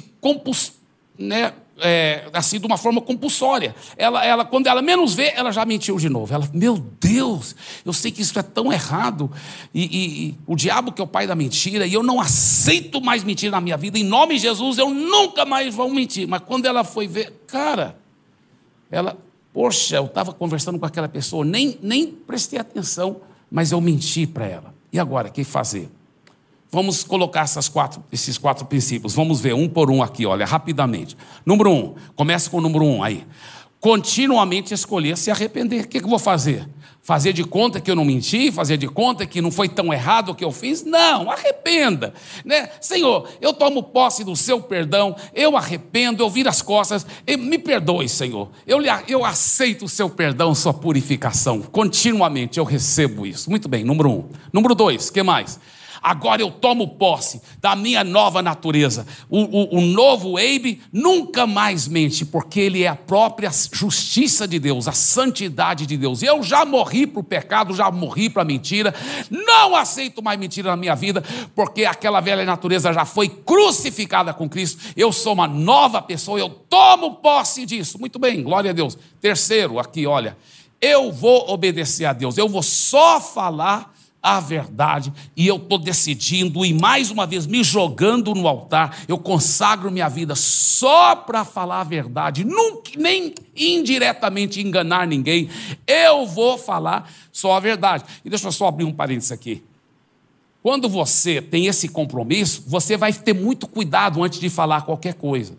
assim, de uma forma compulsória. Ela, quando ela menos vê, ela já mentiu de novo. Ela, meu Deus, eu sei que isso é tão errado, e o diabo que é o pai da mentira, e eu não aceito mais mentira na minha vida, em nome de Jesus, eu nunca mais vou mentir. Mas quando ela foi ver, cara, ela, poxa, eu estava conversando com aquela pessoa, nem prestei atenção, mas eu menti para ela. E agora, o que fazer? Vamos colocar esses quatro princípios. Vamos ver um por um aqui, olha, rapidamente. Número 1, começa com o número 1 aí. Continuamente escolher se arrepender. O que eu vou fazer? Fazer de conta que eu não menti? Fazer de conta que não foi tão errado o que eu fiz? Não, arrependa. Né? Senhor, eu tomo posse do seu perdão, eu arrependo, eu viro as costas, me perdoe, Senhor. Eu aceito o seu perdão, sua purificação. Continuamente eu recebo isso. Muito bem, número 1. Número 2, o que mais? Agora eu tomo posse da minha nova natureza. O novo Abe nunca mais mente, porque ele é a própria justiça de Deus, a santidade de Deus. Eu já morri para o pecado, já morri para a mentira, não aceito mais mentira na minha vida, porque aquela velha natureza já foi crucificada com Cristo. Eu sou uma nova pessoa, eu tomo posse disso. Muito bem, glória a Deus. Terceiro, aqui, olha, eu vou obedecer a Deus, eu vou só falar a verdade, e eu estou decidindo, e mais uma vez me jogando no altar, eu consagro minha vida só para falar a verdade, nunca, nem indiretamente enganar ninguém, eu vou falar só a verdade. E deixa eu só abrir um parênteses aqui. Quando você tem esse compromisso, você vai ter muito cuidado antes de falar qualquer coisa,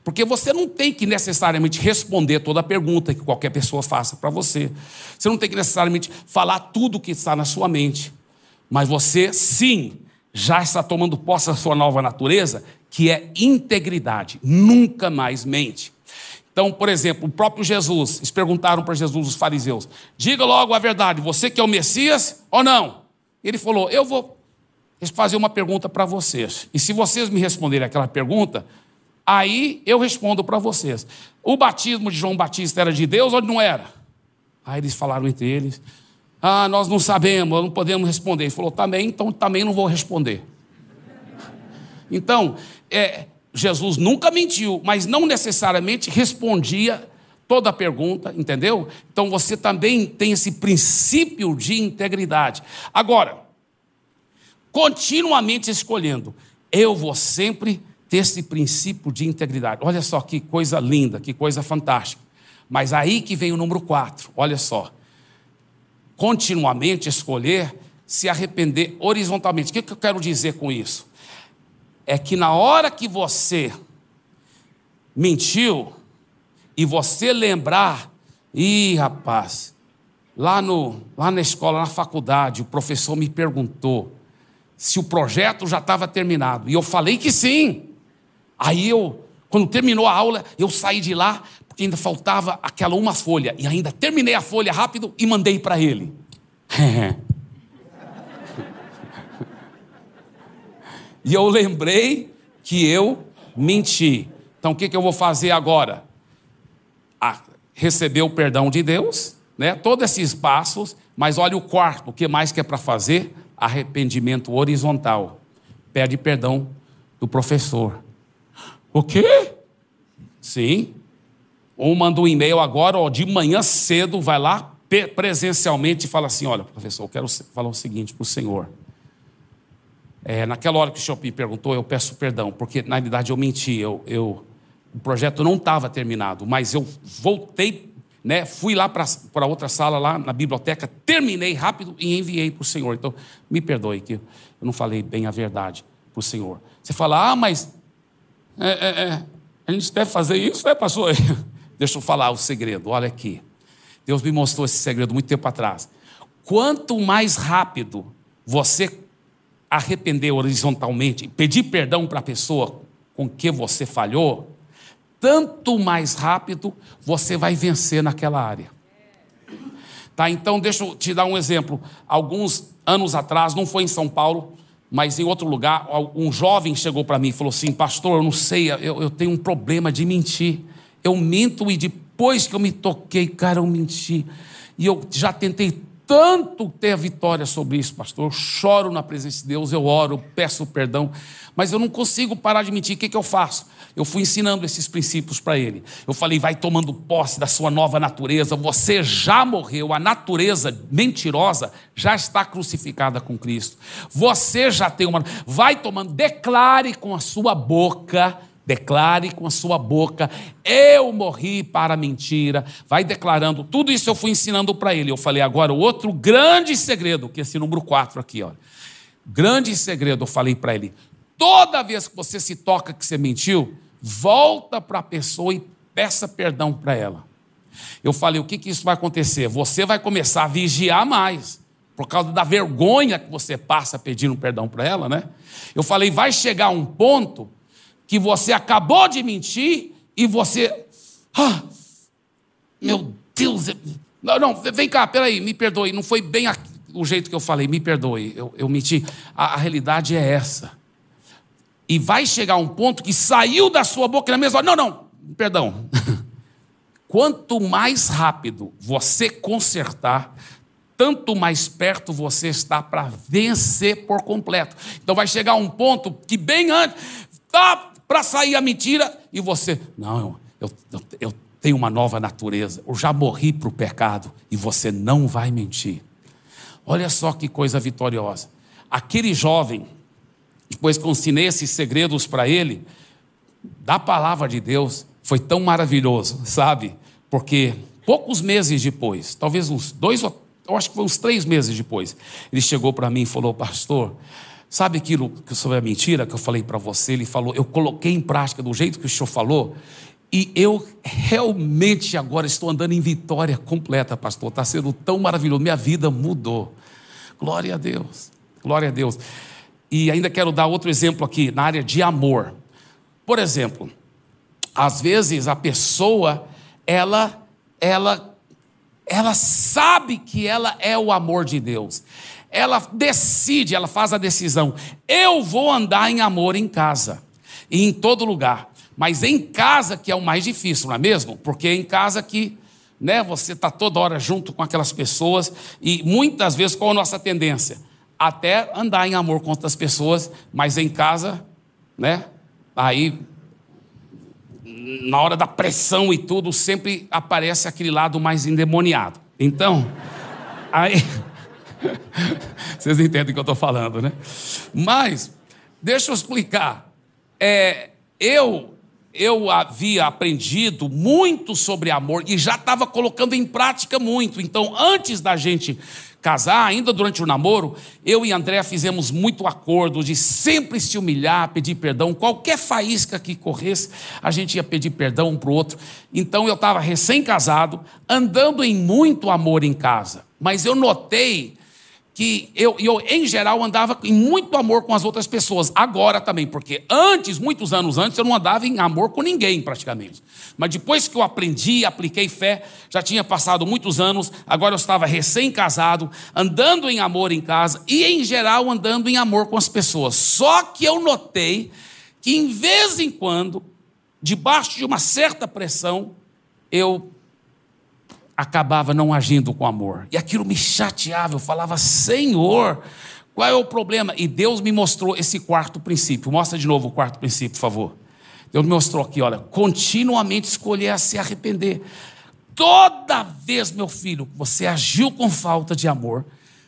Porque você não tem que necessariamente responder toda a pergunta que qualquer pessoa faça para você. Você não tem que necessariamente falar tudo o que está na sua mente. Mas você, sim, já está tomando posse da sua nova natureza, que é integridade. Nunca mais mente. Então, por exemplo, o próprio Jesus, eles perguntaram para Jesus, os fariseus, diga logo a verdade, você que é o Messias ou não? Ele falou, eu vou fazer uma pergunta para vocês. E se vocês me responderem aquela pergunta, aí eu respondo para vocês. O batismo de João Batista era de Deus ou não era? Aí eles falaram entre eles, nós não sabemos, não podemos responder. Ele falou, então também não vou responder. Então, Jesus nunca mentiu, mas não necessariamente respondia toda a pergunta, entendeu? Então você também tem esse princípio de integridade. Agora, continuamente escolhendo, eu vou sempre ter esse princípio de integridade. Olha só que coisa linda, que coisa fantástica. Mas aí que vem o número 4, olha só. Continuamente escolher se arrepender horizontalmente. O que eu quero dizer com isso? É que na hora que você mentiu e você lembrar, rapaz, lá na escola, na faculdade, o professor me perguntou se o projeto já estava terminado. E eu falei que sim. Aí quando terminou a aula, eu saí de lá, porque ainda faltava aquela uma folha. E ainda terminei a folha rápido e mandei para ele. E eu lembrei que eu menti. Então o que eu vou fazer agora? Receber o perdão de Deus, né? Todos esses passos, mas olha o quarto, o que mais que é para fazer? Arrependimento horizontal. Pede perdão do professor. O quê? Sim. Ou manda um e-mail agora, de manhã cedo, vai lá presencialmente e fala assim, olha, professor, eu quero falar o seguinte para o senhor. Naquela hora que o senhor me perguntou, eu peço perdão, porque na realidade eu menti, o projeto não estava terminado, mas eu voltei, né, fui lá para outra sala, lá na biblioteca, terminei rápido e enviei para o senhor. Então, me perdoe que eu não falei bem a verdade para o senhor. Você fala, mas a gente deve fazer isso, né, pastor? Deixa eu falar o segredo, olha aqui. Deus me mostrou esse segredo muito tempo atrás. Quanto mais rápido você arrepender horizontalmente, pedir perdão para a pessoa com que você falhou, tanto mais rápido você vai vencer naquela área. Tá? Então, deixa eu te dar um exemplo. Alguns anos atrás, não foi em São Paulo, mas em outro lugar, um jovem chegou para mim e falou assim, pastor, eu não sei, eu tenho um problema de mentir. Eu minto e depois que eu me toquei, cara, eu menti. E eu já tentei tanto ter a vitória sobre isso, pastor. Eu choro na presença de Deus, eu oro, eu peço perdão, mas eu não consigo parar de mentir. O que eu faço? Eu fui ensinando esses princípios para ele. Eu falei, vai tomando posse da sua nova natureza. Você já morreu, a natureza mentirosa já está crucificada com Cristo. Você já tem uma... Vai tomando, declare com a sua boca, eu morri para a mentira. Vai declarando, tudo isso eu fui ensinando para ele. Eu falei, agora o outro grande segredo, que é esse número 4 aqui, ó. Grande segredo, eu falei para ele, toda vez que você se toca que você mentiu, volta para a pessoa e peça perdão para ela. Eu falei, o que isso vai acontecer? Você vai começar a vigiar mais, por causa da vergonha que você passa pedindo perdão para ela, né? Eu falei, vai chegar um ponto que você acabou de mentir e você... meu Deus... Não, vem cá, peraí, me perdoe, não foi bem o jeito que eu falei, me perdoe, eu menti. A realidade é essa. E vai chegar um ponto que saiu da sua boca na mesma hora, não, perdão. Quanto mais rápido você consertar, tanto mais perto você está para vencer por completo. Então vai chegar um ponto que bem antes... para sair a mentira, e você, não, eu tenho uma nova natureza, eu já morri para o pecado, e você não vai mentir. Olha só que coisa vitoriosa. Aquele jovem, depois que eu ensinei esses segredos para ele, da palavra de Deus, foi tão maravilhoso, sabe? Porque poucos meses depois, talvez uns 2, eu acho que foi uns 3 meses depois, ele chegou para mim e falou, pastor, Sabe aquilo sobre a mentira que eu falei para você? Ele falou, eu coloquei em prática do jeito que o senhor falou, e eu realmente agora estou andando em vitória completa, pastor. Está sendo tão maravilhoso, minha vida mudou. Glória a Deus, glória a Deus. E ainda quero dar outro exemplo aqui, na área de amor. Por exemplo, às vezes a pessoa, ela sabe que ela é o amor de Deus. Ela decide, ela faz a decisão. Eu vou andar em amor em casa e em todo lugar. Mas em casa que é o mais difícil, não é mesmo? Porque é em casa que, né, você está toda hora junto com aquelas pessoas. E muitas vezes qual a nossa tendência? Até andar em amor com outras pessoas, mas em casa, né? Aí, na hora da pressão e tudo, sempre aparece aquele lado mais endemoniado. Então, aí... Vocês entendem o que eu estou falando, né? Mas, deixa eu explicar. Eu havia aprendido muito sobre amor e já estava colocando em prática muito. Então, antes da gente casar, ainda durante o namoro, eu e André fizemos muito acordo de sempre se humilhar, pedir perdão. Qualquer faísca que corresse, a gente ia pedir perdão um para o outro. Então, eu estava recém-casado, andando em muito amor em casa. Mas eu notei que eu, em geral, andava em muito amor com as outras pessoas. Agora também, porque antes, muitos anos antes, eu não andava em amor com ninguém, praticamente. Mas depois que eu aprendi, apliquei fé, já tinha passado muitos anos, agora eu estava recém-casado, andando em amor em casa e, em geral, andando em amor com as pessoas. Só que eu notei que, em vez em quando, debaixo de uma certa pressão, eu acabava não agindo com amor. E aquilo me chateava, eu falava, Senhor, qual é o problema? E Deus me mostrou esse quarto princípio. Mostra de novo o quarto princípio, por favor. Deus me mostrou aqui, olha, continuamente escolher a se arrepender. Toda vez, meu filho, que você agiu com falta de amor,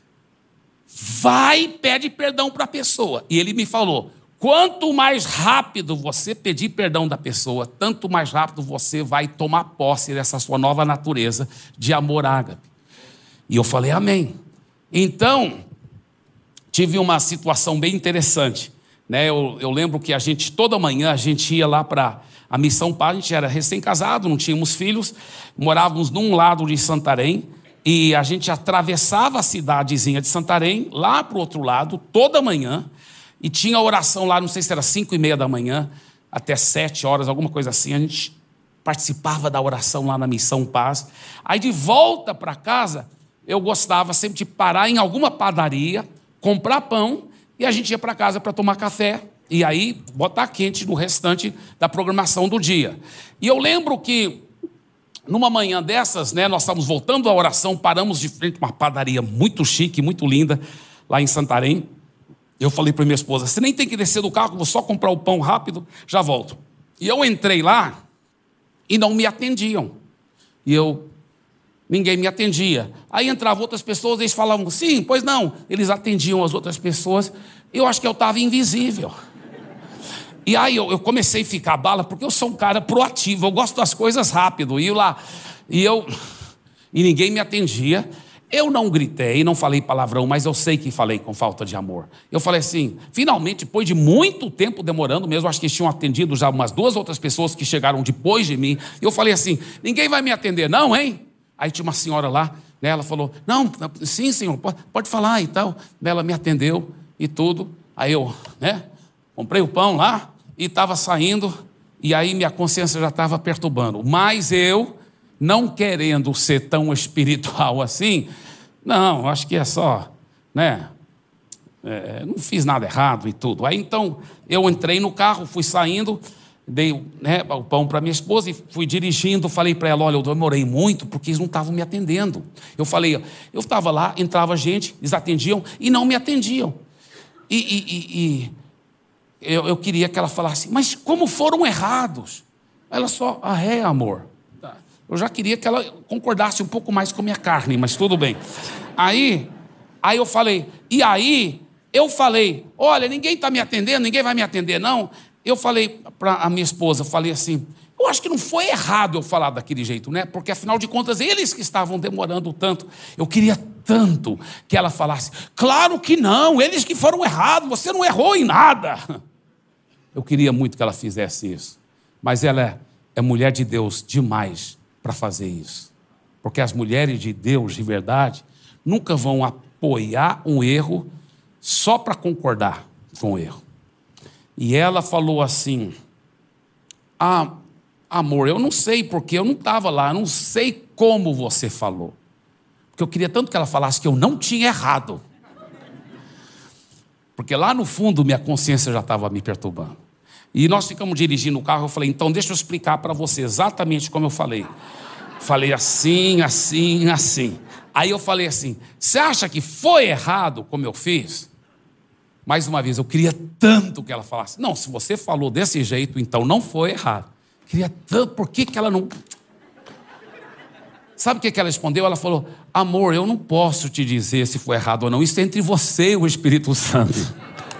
vai e pede perdão para a pessoa. E ele me falou, quanto mais rápido você pedir perdão da pessoa, tanto mais rápido você vai tomar posse dessa sua nova natureza de amor ágape. E eu falei, amém. Então, tive uma situação bem interessante, né? Eu lembro que toda manhã, a gente ia lá para a Missão Paz, a gente era recém-casado, não tínhamos filhos, morávamos num lado de Santarém, e a gente atravessava a cidadezinha de Santarém, lá para o outro lado, toda manhã, e tinha oração lá, não sei se era 5:30 da manhã, até 7 horas, alguma coisa assim. A gente participava da oração lá na Missão Paz. Aí de volta para casa, eu gostava sempre de parar em alguma padaria, comprar pão, e a gente ia para casa para tomar café, e aí botar quente no restante da programação do dia. E eu lembro que, numa manhã dessas, né, nós estávamos voltando da oração, paramos de frente a uma padaria muito chique, muito linda, lá em Santarém. Eu falei para minha esposa, você nem tem que descer do carro, vou só comprar o pão rápido, já volto. E eu entrei lá e não me atendiam. Ninguém me atendia. Aí entravam outras pessoas, eles falavam, sim, pois não. Eles atendiam as outras pessoas, eu acho que eu estava invisível. E aí eu comecei a ficar bala, porque eu sou um cara proativo, eu gosto das coisas rápido. E ninguém me atendia. Eu não gritei, não falei palavrão, mas eu sei que falei com falta de amor. Eu falei assim, finalmente, depois de muito tempo demorando mesmo, acho que eles tinham atendido já umas 2 outras pessoas que chegaram depois de mim. Eu falei assim, ninguém vai me atender não, hein? Aí tinha uma senhora lá, né, ela falou, não, sim senhor, pode falar e tal. Ela me atendeu e tudo. Aí eu, né, comprei o pão lá e estava saindo, e aí minha consciência já estava perturbando. Mas eu, não querendo ser tão espiritual assim, não, acho que é só, né, não fiz nada errado e tudo. Aí então, eu entrei no carro, fui saindo, dei, né, o pão para minha esposa e fui dirigindo, falei para ela, olha, eu demorei muito porque eles não estavam me atendendo. Eu falei, eu estava lá, entrava gente, eles atendiam e não me atendiam. Eu queria que ela falasse, mas como foram errados? Ela só, amor. Eu já queria que ela concordasse um pouco mais com a minha carne, mas tudo bem. Aí eu falei, olha, ninguém está me atendendo, ninguém vai me atender, não. Eu falei para a minha esposa, falei assim, eu acho que não foi errado eu falar daquele jeito, né? Porque, afinal de contas, eles que estavam demorando tanto. Eu queria tanto que ela falasse: claro que não, eles que foram errados, você não errou em nada. Eu queria muito que ela fizesse isso, mas ela é mulher de Deus demais para fazer isso, porque as mulheres de Deus de verdade nunca vão apoiar um erro só para concordar com o erro. E ela falou assim: ah, amor, eu não sei porque eu não estava lá, eu não sei como você falou, porque eu queria tanto que ela falasse que eu não tinha errado, porque lá no fundo minha consciência já estava me perturbando. E nós ficamos dirigindo o carro, eu falei: então deixa eu explicar para você exatamente como eu falei. Falei assim, assim, assim. Aí eu falei assim: você acha que foi errado como eu fiz? Mais uma vez, eu queria tanto que ela falasse: não, se você falou desse jeito, então não foi errado. Queria tanto, por que ela não... Sabe o que ela respondeu? Ela falou: amor, eu não posso te dizer se foi errado ou não, isso é entre você e o Espírito Santo.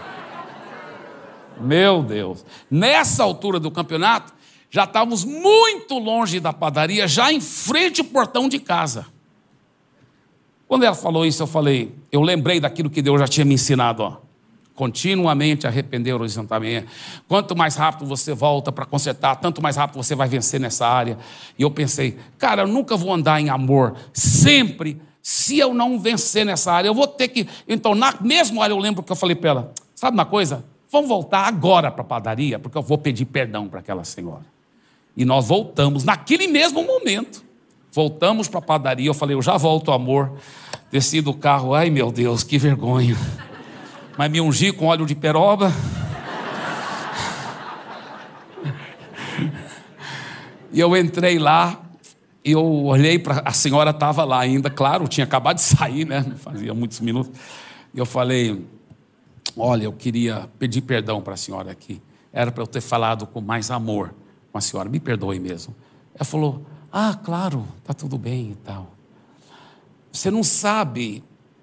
Meu Deus, nessa altura do campeonato, já estávamos muito longe da padaria, já em frente ao portão de casa. Quando ela falou isso, eu lembrei daquilo que Deus já tinha me ensinado, ó. Continuamente arrepender horizontamente. Quanto mais rápido você volta para consertar, tanto mais rápido você vai vencer nessa área. E eu pensei: cara, eu nunca vou andar em amor. Sempre, se eu não vencer nessa área, eu vou ter que... Então, na mesma hora eu lembro que eu falei para ela: sabe uma coisa? Vamos voltar agora para a padaria, porque eu vou pedir perdão para aquela senhora. E nós voltamos, naquele mesmo momento. Voltamos para a padaria, eu falei: eu já volto, amor. Desci do carro, ai meu Deus, que vergonha. Mas me ungi com óleo de peroba. E eu entrei lá, e eu olhei para... A senhora estava lá ainda, claro, tinha acabado de sair, né? Fazia muitos minutos. E eu falei: olha, eu queria pedir perdão para a senhora aqui. Era para eu ter falado com mais amor com a senhora, me perdoe mesmo. Ela falou: ah, claro, está tudo bem e tal. Você não sabe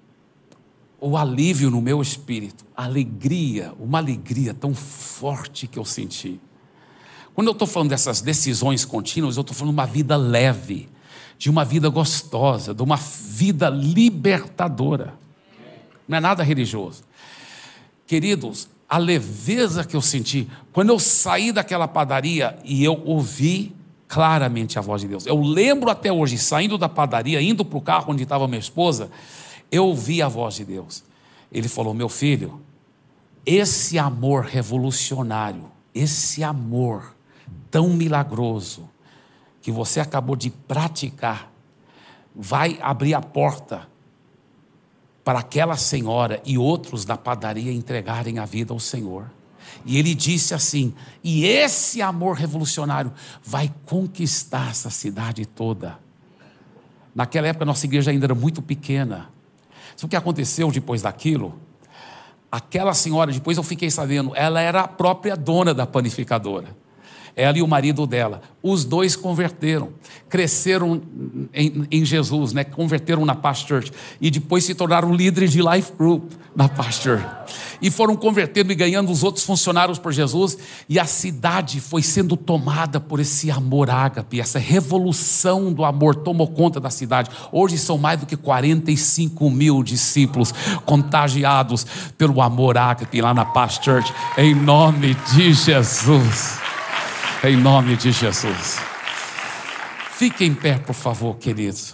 o alívio no meu espírito, a alegria, uma alegria tão forte que eu senti. Quando eu estou falando dessas decisões contínuas, eu estou falando de uma vida leve, de uma vida gostosa, de uma vida libertadora. Não é nada religioso. Queridos, a leveza que eu senti, quando eu saí daquela padaria e eu ouvi claramente a voz de Deus. Eu lembro até hoje, saindo da padaria, indo para o carro onde estava minha esposa, eu ouvi a voz de Deus. Ele falou: meu filho, esse amor revolucionário, esse amor tão milagroso que você acabou de praticar, vai abrir a porta para aquela senhora e outros da padaria entregarem a vida ao Senhor. E ele disse assim: e esse amor revolucionário vai conquistar essa cidade toda. Naquela época nossa igreja ainda era muito pequena. Sabe o que aconteceu depois daquilo? Aquela senhora, depois eu fiquei sabendo, ela era a própria dona da panificadora. Ela e o marido dela, os dois converteram, cresceram em Jesus, né? Converteram na Past Church e depois se tornaram líderes de Life Group na Past Church. E foram convertendo e ganhando os outros funcionários por Jesus, e a cidade foi sendo tomada por esse amor ágape, essa revolução do amor tomou conta da cidade. Hoje são mais do que 45 mil discípulos contagiados pelo amor ágape lá na Past Church, em nome de Jesus. Em nome de Jesus. Fiquem em pé, por favor, queridos.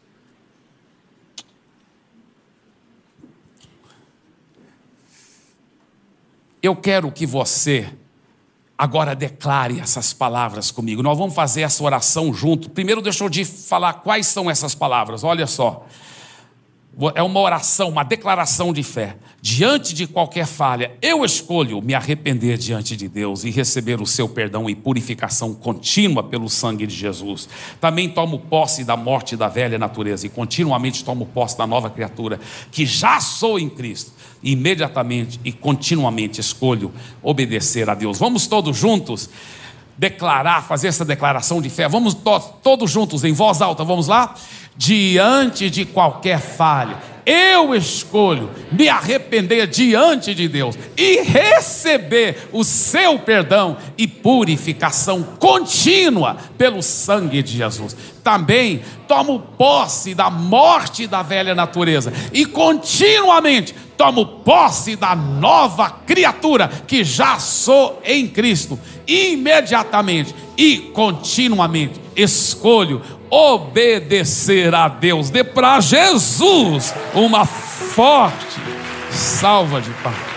Eu quero que você agora declare essas palavras comigo. Nós vamos fazer essa oração junto. Primeiro deixa eu te falar quais são essas palavras. Olha só. É uma oração, uma declaração de fé. Diante de qualquer falha, eu escolho me arrepender diante de Deus e receber o seu perdão e purificação contínua pelo sangue de Jesus. Também tomo posse da morte da velha natureza e continuamente tomo posse da nova criatura, que já sou em Cristo. Imediatamente e continuamente escolho obedecer a Deus. Vamos todos juntos declarar, fazer essa declaração de fé. Vamos todos juntos, em voz alta, vamos lá? Diante de qualquer falha, eu escolho me arrepender diante de Deus e receber o seu perdão e purificação contínua pelo sangue de Jesus. Também tomo posse da morte da velha natureza e continuamente tomo posse da nova criatura que já sou em Cristo. Imediatamente e continuamente escolho obedecer a Deus. Dê para Jesus uma forte salva de palmas.